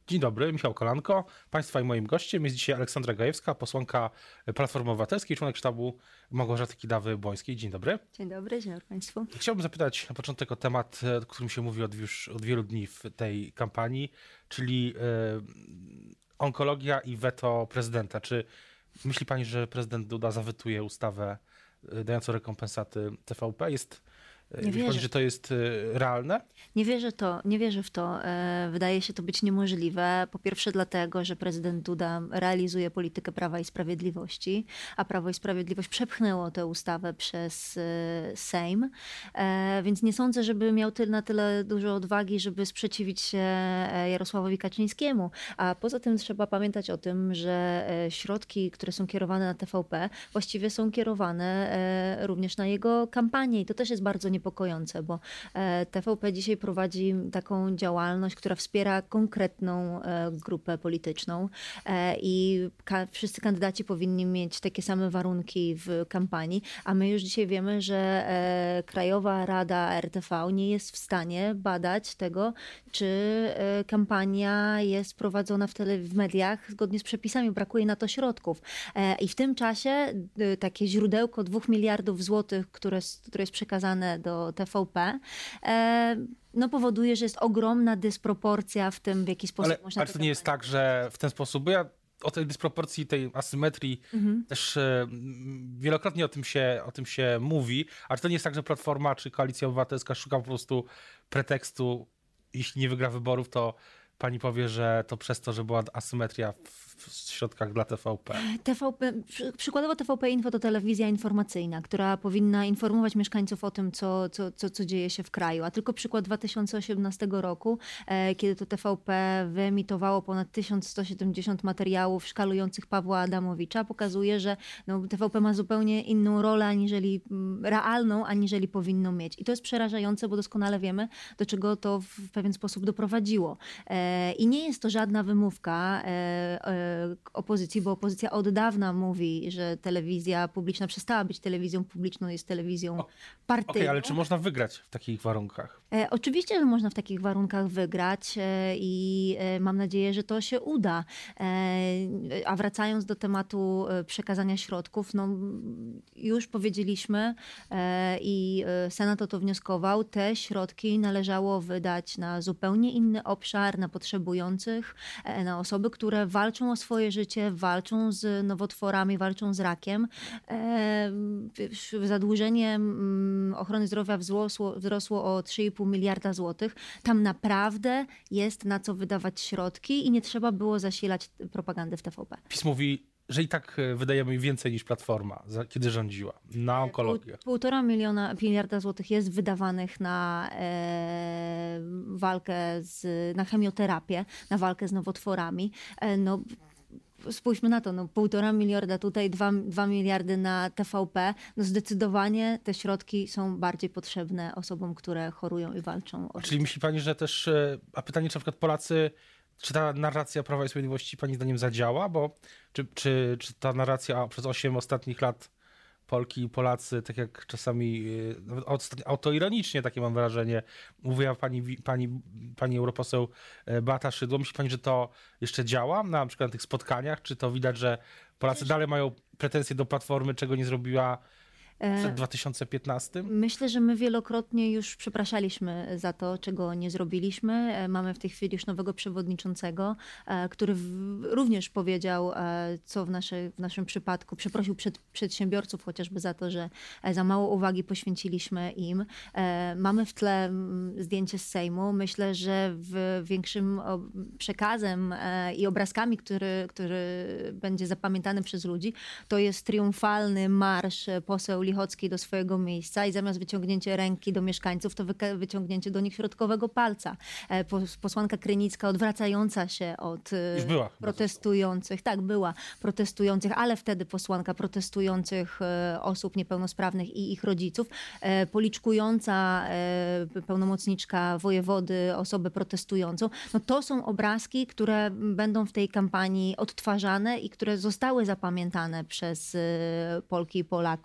Dzień dobry, Michał Kolanko. Państwa i moim gościem jest dzisiaj Aleksandra Gajewska, posłanka Platformy Obywatelskiej, członek sztabu Małgorzaty Kidawy-Błońskiej. Dzień dobry. Dzień dobry Państwu. Chciałbym zapytać na początek o temat, o którym się mówi już od wielu dni w tej kampanii, czyli onkologia i weto prezydenta. Czy myśli pani, że prezydent Duda zawetuje ustawę dającą rekompensaty TVP? Myśli pani, że to jest realne? Nie wierzę w to. Wydaje się to być niemożliwe. Po pierwsze dlatego, że prezydent Duda realizuje politykę Prawa i Sprawiedliwości, a Prawo i Sprawiedliwość przepchnęło tę ustawę przez Sejm. Więc nie sądzę, żeby miał na tyle dużo odwagi, żeby sprzeciwić się Jarosławowi Kaczyńskiemu. A poza tym trzeba pamiętać o tym, że środki, które są kierowane na TVP, właściwie są kierowane również na jego kampanię. I to też jest bardzo niepokojące, bo TVP dzisiaj prowadzi taką działalność, która wspiera konkretną grupę polityczną i wszyscy kandydaci powinni mieć takie same warunki w kampanii, a my już dzisiaj wiemy, że Krajowa Rada RTV nie jest w stanie badać tego, czy kampania jest prowadzona w mediach zgodnie z przepisami. Brakuje na to środków. I w tym czasie takie źródełko 2 miliardów złotych, które jest przekazane do TVP, powoduje, że jest ogromna dysproporcja w tym, w jaki sposób można... Ale to nie jest tak, że w ten sposób, bo ja o tej dysproporcji, tej asymetrii też wielokrotnie o tym się mówi, ale to nie jest tak, że Platforma czy Koalicja Obywatelska szuka po prostu pretekstu, jeśli nie wygra wyborów, to pani powie, że to przez to, że była asymetria w środkach dla TVP. Przykładowo TVP Info to telewizja informacyjna, która powinna informować mieszkańców o tym, co dzieje się w kraju. A tylko przykład 2018 roku, kiedy to TVP wyemitowało ponad 1170 materiałów szkalujących Pawła Adamowicza, pokazuje, że TVP ma zupełnie inną rolę realną, aniżeli powinno mieć. I to jest przerażające, bo doskonale wiemy, do czego to w pewien sposób doprowadziło. I nie jest to żadna wymówka opozycji, bo opozycja od dawna mówi, że telewizja publiczna przestała być telewizją publiczną, jest telewizją partyjną. Okej, ale czy można wygrać w takich warunkach? Oczywiście, że można w takich warunkach wygrać i mam nadzieję, że to się uda. A wracając do tematu przekazania środków, już powiedzieliśmy i Senat o to wnioskował, te środki należało wydać na zupełnie inny obszar, na potrzebujących, na osoby, które walczą o swoje życie, walczą z nowotworami, walczą z rakiem. Zadłużenie ochrony zdrowia wzrosło o 3,5 miliarda złotych. Tam naprawdę jest na co wydawać środki i nie trzeba było zasilać propagandy w TVP. PiS mówi, że i tak wydajemy więcej niż Platforma, kiedy rządziła, na onkologię. 1,5 miliarda złotych jest wydawanych na walkę na chemioterapię, na walkę z nowotworami. Spójrzmy na to, 1,5 miliarda tutaj, 2 miliardy na TVP. Zdecydowanie te środki są bardziej potrzebne osobom, które chorują i walczą o życie. Czyli myśli pani, że też, a pytanie, czy na przykład Polacy, czy ta narracja Prawa i Sprawiedliwości pani zdaniem zadziała? Bo czy ta narracja przez 8 ostatnich lat Polki i Polacy, tak jak czasami autoironicznie, takie mam wrażenie, mówiła pani europoseł Beata Szydło. Myśli pani, że to jeszcze działa na przykład na tych spotkaniach? Czy to widać, że Polacy dalej mają pretensje do Platformy, czego nie zrobiła przed 2015? Myślę, że my wielokrotnie już przepraszaliśmy za to, czego nie zrobiliśmy. Mamy w tej chwili już nowego przewodniczącego, który również powiedział, co w naszym przypadku, przeprosił przedsiębiorców chociażby za to, że za mało uwagi poświęciliśmy im. Mamy w tle zdjęcie z Sejmu. Myślę, że większym przekazem i obrazkami, który będzie zapamiętany przez ludzi, to jest triumfalny marsz poseł Lichockiej do swojego miejsca i zamiast wyciągnięcia ręki do mieszkańców, to wyciągnięcie do nich środkowego palca. Posłanka Krynicka odwracająca się od protestujących. Tak, była protestujących, ale wtedy posłanka protestujących osób niepełnosprawnych i ich rodziców. Policzkująca pełnomocniczka wojewody osobę protestującą. To są obrazki, które będą w tej kampanii odtwarzane i które zostały zapamiętane przez Polki i Polaków. I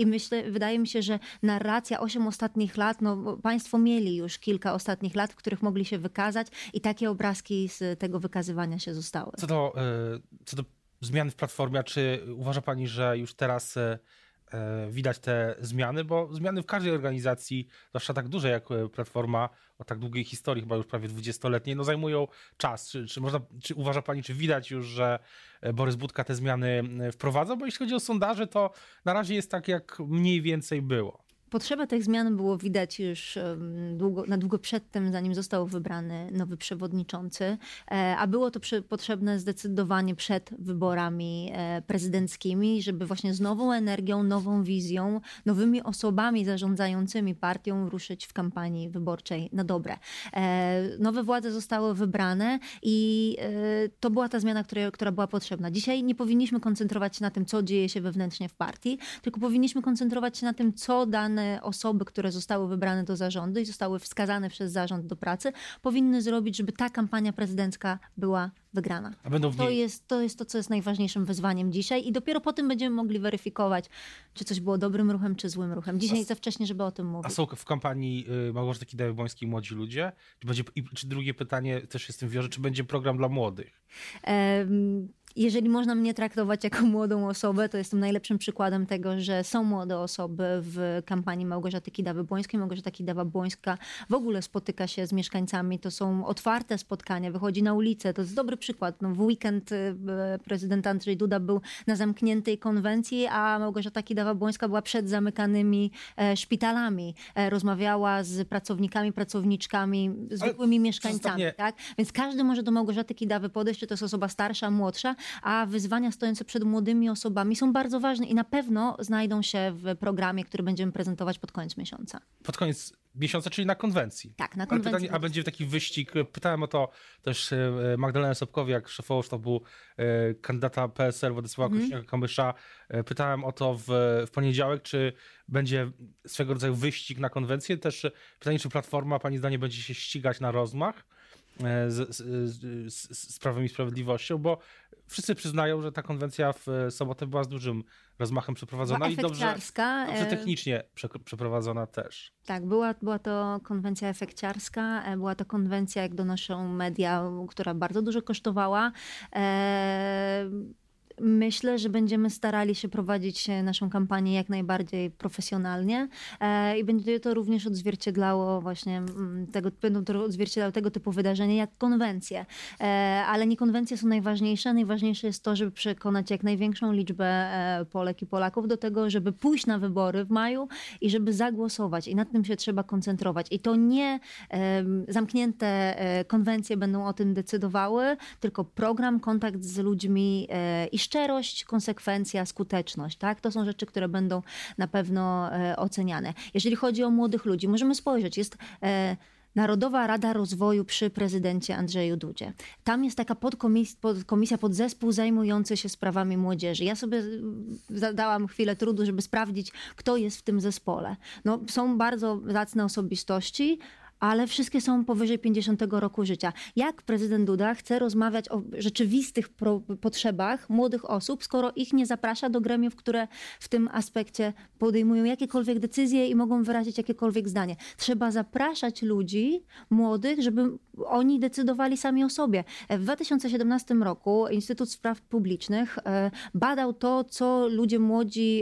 I wydaje mi się, że narracja 8 ostatnich lat, no państwo mieli już kilka ostatnich lat, w których mogli się wykazać i takie obrazki z tego wykazywania się zostały. Co do zmian w Platformie, czy uważa pani, że już teraz widać te zmiany? Bo zmiany w każdej organizacji, zwłaszcza tak dużej jak Platforma, o tak długiej historii, chyba już prawie 20-letniej, no zajmują czas. Czy uważa pani, czy widać już, że Borys Budka te zmiany wprowadza? Bo jeśli chodzi o sondaże, to na razie jest tak, jak mniej więcej było. Potrzeba tych zmian było widać już na długo przed tym, zanim został wybrany nowy przewodniczący, a było to potrzebne zdecydowanie przed wyborami prezydenckimi, żeby właśnie z nową energią, nową wizją, nowymi osobami zarządzającymi partią ruszyć w kampanii wyborczej na dobre. Nowe władze zostały wybrane i to była ta zmiana, która była potrzebna. Dzisiaj nie powinniśmy koncentrować się na tym, co dzieje się wewnętrznie w partii, tylko powinniśmy koncentrować się na tym, co dane osoby, które zostały wybrane do zarządu i zostały wskazane przez zarząd do pracy, powinny zrobić, żeby ta kampania prezydencka była wygrana. To jest to, co jest najważniejszym wyzwaniem dzisiaj i dopiero po tym będziemy mogli weryfikować, czy coś było dobrym ruchem, czy złym ruchem. Dzisiaj jest za wcześnie, żeby o tym mówić. A są w kampanii Małgorzaty Kidawy-Błońskiej młodzi ludzie? Czy drugie pytanie też się z tym wiąże, czy będzie program dla młodych? Jeżeli można mnie traktować jako młodą osobę, to jestem najlepszym przykładem tego, że są młode osoby w kampanii Małgorzaty Kidawy-Błońskiej. Małgorzata Kidawa-Błońska w ogóle spotyka się z mieszkańcami. To są otwarte spotkania, wychodzi na ulicę. To jest dobry przykład. No, w weekend prezydent Andrzej Duda był na zamkniętej konwencji, a Małgorzata Kidawa-Błońska była przed zamykanymi szpitalami. Rozmawiała z pracownikami, pracowniczkami, zwykłymi mieszkańcami. Tak? Więc każdy może do Małgorzaty Kidawy podejść, czy to jest osoba starsza, młodsza, a wyzwania stojące przed młodymi osobami są bardzo ważne i na pewno znajdą się w programie, który będziemy prezentować pod koniec miesiąca. Pod koniec miesiąca, czyli na konwencji. Tak, na konwencji. A będzie taki wyścig, pytałem o to też Magdalenę Sobkowiak, szefową sztabu kandydata PSL Władysława Kosiniaka-Kamysza. Pytałem o to w poniedziałek, czy będzie swego rodzaju wyścig na konwencję. Też pytanie, czy Platforma, pani zdaniem, będzie się ścigać na rozmach z Prawem i Sprawiedliwością, bo wszyscy przyznają, że ta konwencja w sobotę była z dużym rozmachem przeprowadzona i dobrze technicznie przeprowadzona też. Tak, była to konwencja efekciarska, była to konwencja, jak donoszą media, która bardzo dużo kosztowała. Myślę, że będziemy starali się prowadzić naszą kampanię jak najbardziej profesjonalnie i będzie to również odzwierciedlało właśnie będą to odzwierciedlały tego typu wydarzenia jak konwencje. Ale nie konwencje są najważniejsze. Najważniejsze jest to, żeby przekonać jak największą liczbę Polek i Polaków do tego, żeby pójść na wybory w maju i żeby zagłosować. I nad tym się trzeba koncentrować. I to nie zamknięte konwencje będą o tym decydowały, tylko program, kontakt z ludźmi i szczerość, konsekwencja, skuteczność. Tak? To są rzeczy, które będą na pewno oceniane. Jeżeli chodzi o młodych ludzi, możemy spojrzeć. Jest Narodowa Rada Rozwoju przy prezydencie Andrzeju Dudzie. Tam jest taka podkomisja, podzespół zajmujący się sprawami młodzieży. Ja sobie zadałam chwilę trudu, żeby sprawdzić, kto jest w tym zespole. No, są bardzo zacne osobistości, ale wszystkie są powyżej 50 roku życia. Jak prezydent Duda chce rozmawiać o rzeczywistych potrzebach młodych osób, skoro ich nie zaprasza do gremiów, które w tym aspekcie podejmują jakiekolwiek decyzje i mogą wyrazić jakiekolwiek zdanie? Trzeba zapraszać ludzi młodych, żeby oni decydowali sami o sobie. W 2017 roku Instytut Spraw Publicznych badał to, co ludzie młodzi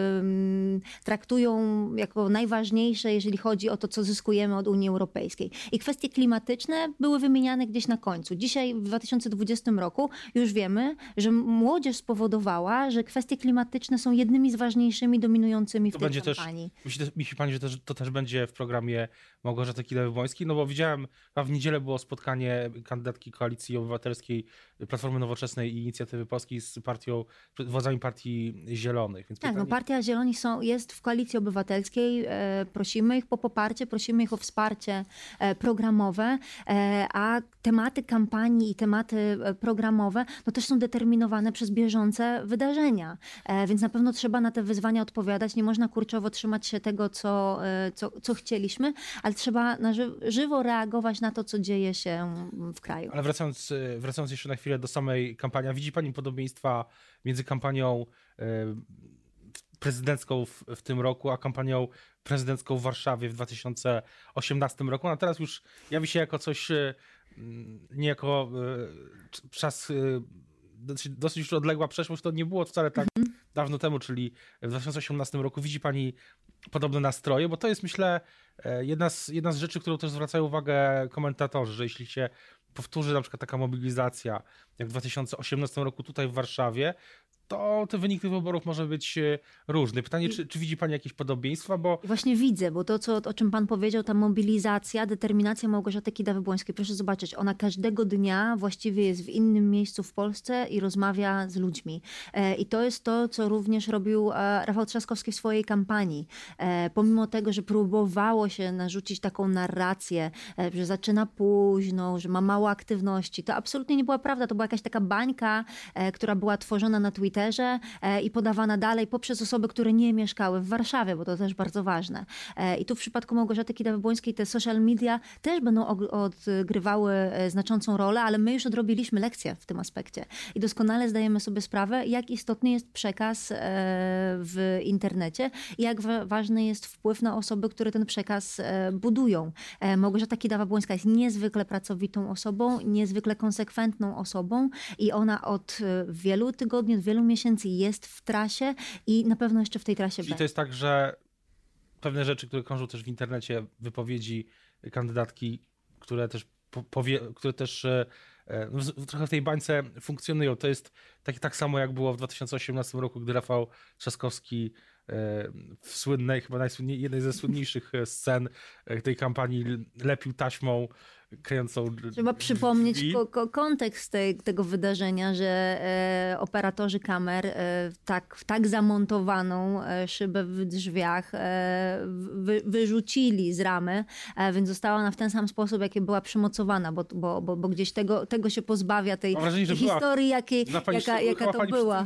traktują jako najważniejsze, jeżeli chodzi o to, co zyskujemy od Unii Europejskiej. I kwestie klimatyczne były wymieniane gdzieś na końcu. Dzisiaj w 2020 roku już wiemy, że młodzież spowodowała, że kwestie klimatyczne są jednymi z ważniejszymi, dominującymi w tej kampanii. Myśli pani, że to też będzie w programie Małgorzaty Kidawy-Błońskiej? No bo widziałem, w niedzielę było spotkanie kandydatki Koalicji Obywatelskiej, Platformy Nowoczesnej i Inicjatywy Polskiej z władzami Partii Zielonych. Więc tak, Partia Zieloni jest w Koalicji Obywatelskiej. Prosimy ich po poparcie, prosimy ich o wsparcie programowe, a tematy kampanii i tematy programowe też są determinowane przez bieżące wydarzenia. Więc na pewno trzeba na te wyzwania odpowiadać. Nie można kurczowo trzymać się tego, co chcieliśmy, ale trzeba na żywo reagować na to, co dzieje się w kraju. Ale wracając jeszcze na chwilę do samej kampanii, widzi pani podobieństwa między kampanią prezydencką w tym roku, a kampanią prezydencką w Warszawie w 2018 roku. A teraz już jawi się jako coś niejako czas dosyć już odległa przeszłość. To nie było wcale tak dawno temu, czyli w 2018 roku. Widzi pani podobne nastroje? Bo to jest, myślę, jedna z rzeczy, którą też zwracają uwagę komentatorzy, że jeśli się powtórzy na przykład taka mobilizacja jak w 2018 roku tutaj w Warszawie, to ten wynik tych wyborów może być różny. Pytanie, czy widzi pani jakieś podobieństwa? Bo właśnie widzę, bo to, o czym pan powiedział, ta mobilizacja, determinacja Małgorzaty Kidawy-Błońskiej, proszę zobaczyć, ona każdego dnia właściwie jest w innym miejscu w Polsce i rozmawia z ludźmi. I to jest to, co również robił Rafał Trzaskowski w swojej kampanii. Pomimo tego, że próbowało się narzucić taką narrację, że zaczyna późno, że ma mało aktywności, to absolutnie nie była prawda. To była jakaś taka bańka, która była tworzona na Twitterze i podawana dalej poprzez osoby, które nie mieszkały w Warszawie, bo to też bardzo ważne. I tu w przypadku Małgorzaty Kidawy-Błońskiej te social media też będą odgrywały znaczącą rolę, ale my już odrobiliśmy lekcję w tym aspekcie i doskonale zdajemy sobie sprawę, jak istotny jest przekaz w internecie i jak ważny jest wpływ na osoby, które ten przekaz budują. Małgorzata Kidawa-Błońska jest niezwykle pracowitą osobą, niezwykle konsekwentną osobą i ona od wielu tygodni, od wielu miesięcy jest w trasie i na pewno jeszcze w tej trasie Czyli to jest tak, że pewne rzeczy, które krążą też w internecie, wypowiedzi kandydatki, które też trochę w tej bańce funkcjonują. To jest tak samo, jak było w 2018 roku, gdy Rafał Trzaskowski w słynnej, chyba jednej ze słynniejszych scen tej kampanii lepił taśmą kręcą. Trzeba przypomnieć kontekst tego wydarzenia, że operatorzy kamer tak zamontowaną szybę w drzwiach wyrzucili z ramy, więc została ona w ten sam sposób, jakie była przymocowana, bo gdzieś tego się pozbawia tej historii, jaka to była.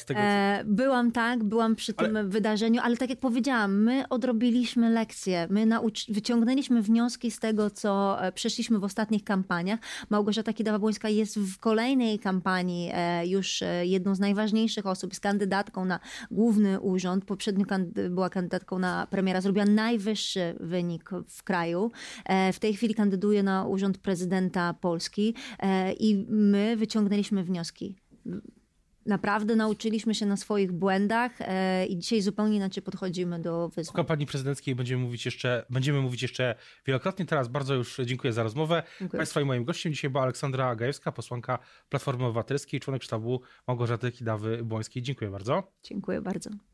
Byłam przy tym wydarzeniu, ale tak jak powiedziałam, my odrobiliśmy lekcje, wyciągnęliśmy wnioski z tego, co przeszliśmy w ostatnich kampaniach. Małgorzata Kidawa-Błońska jest w kolejnej kampanii już jedną z najważniejszych osób, jest kandydatką na główny urząd. Poprzednio była kandydatką na premiera, zrobiła najwyższy wynik w kraju. W tej chwili kandyduje na urząd prezydenta Polski i my wyciągnęliśmy wnioski. Naprawdę nauczyliśmy się na swoich błędach i dzisiaj zupełnie inaczej podchodzimy do wyzwań. O kampanii prezydenckiej będziemy mówić jeszcze wielokrotnie. Teraz bardzo już dziękuję za rozmowę. Dziękuję. Państwa i moim gościem dzisiaj była Aleksandra Gajewska, posłanka Platformy Obywatelskiej, członek sztabu Małgorzaty Kidawy-Błońskiej. Dziękuję bardzo. Dziękuję bardzo.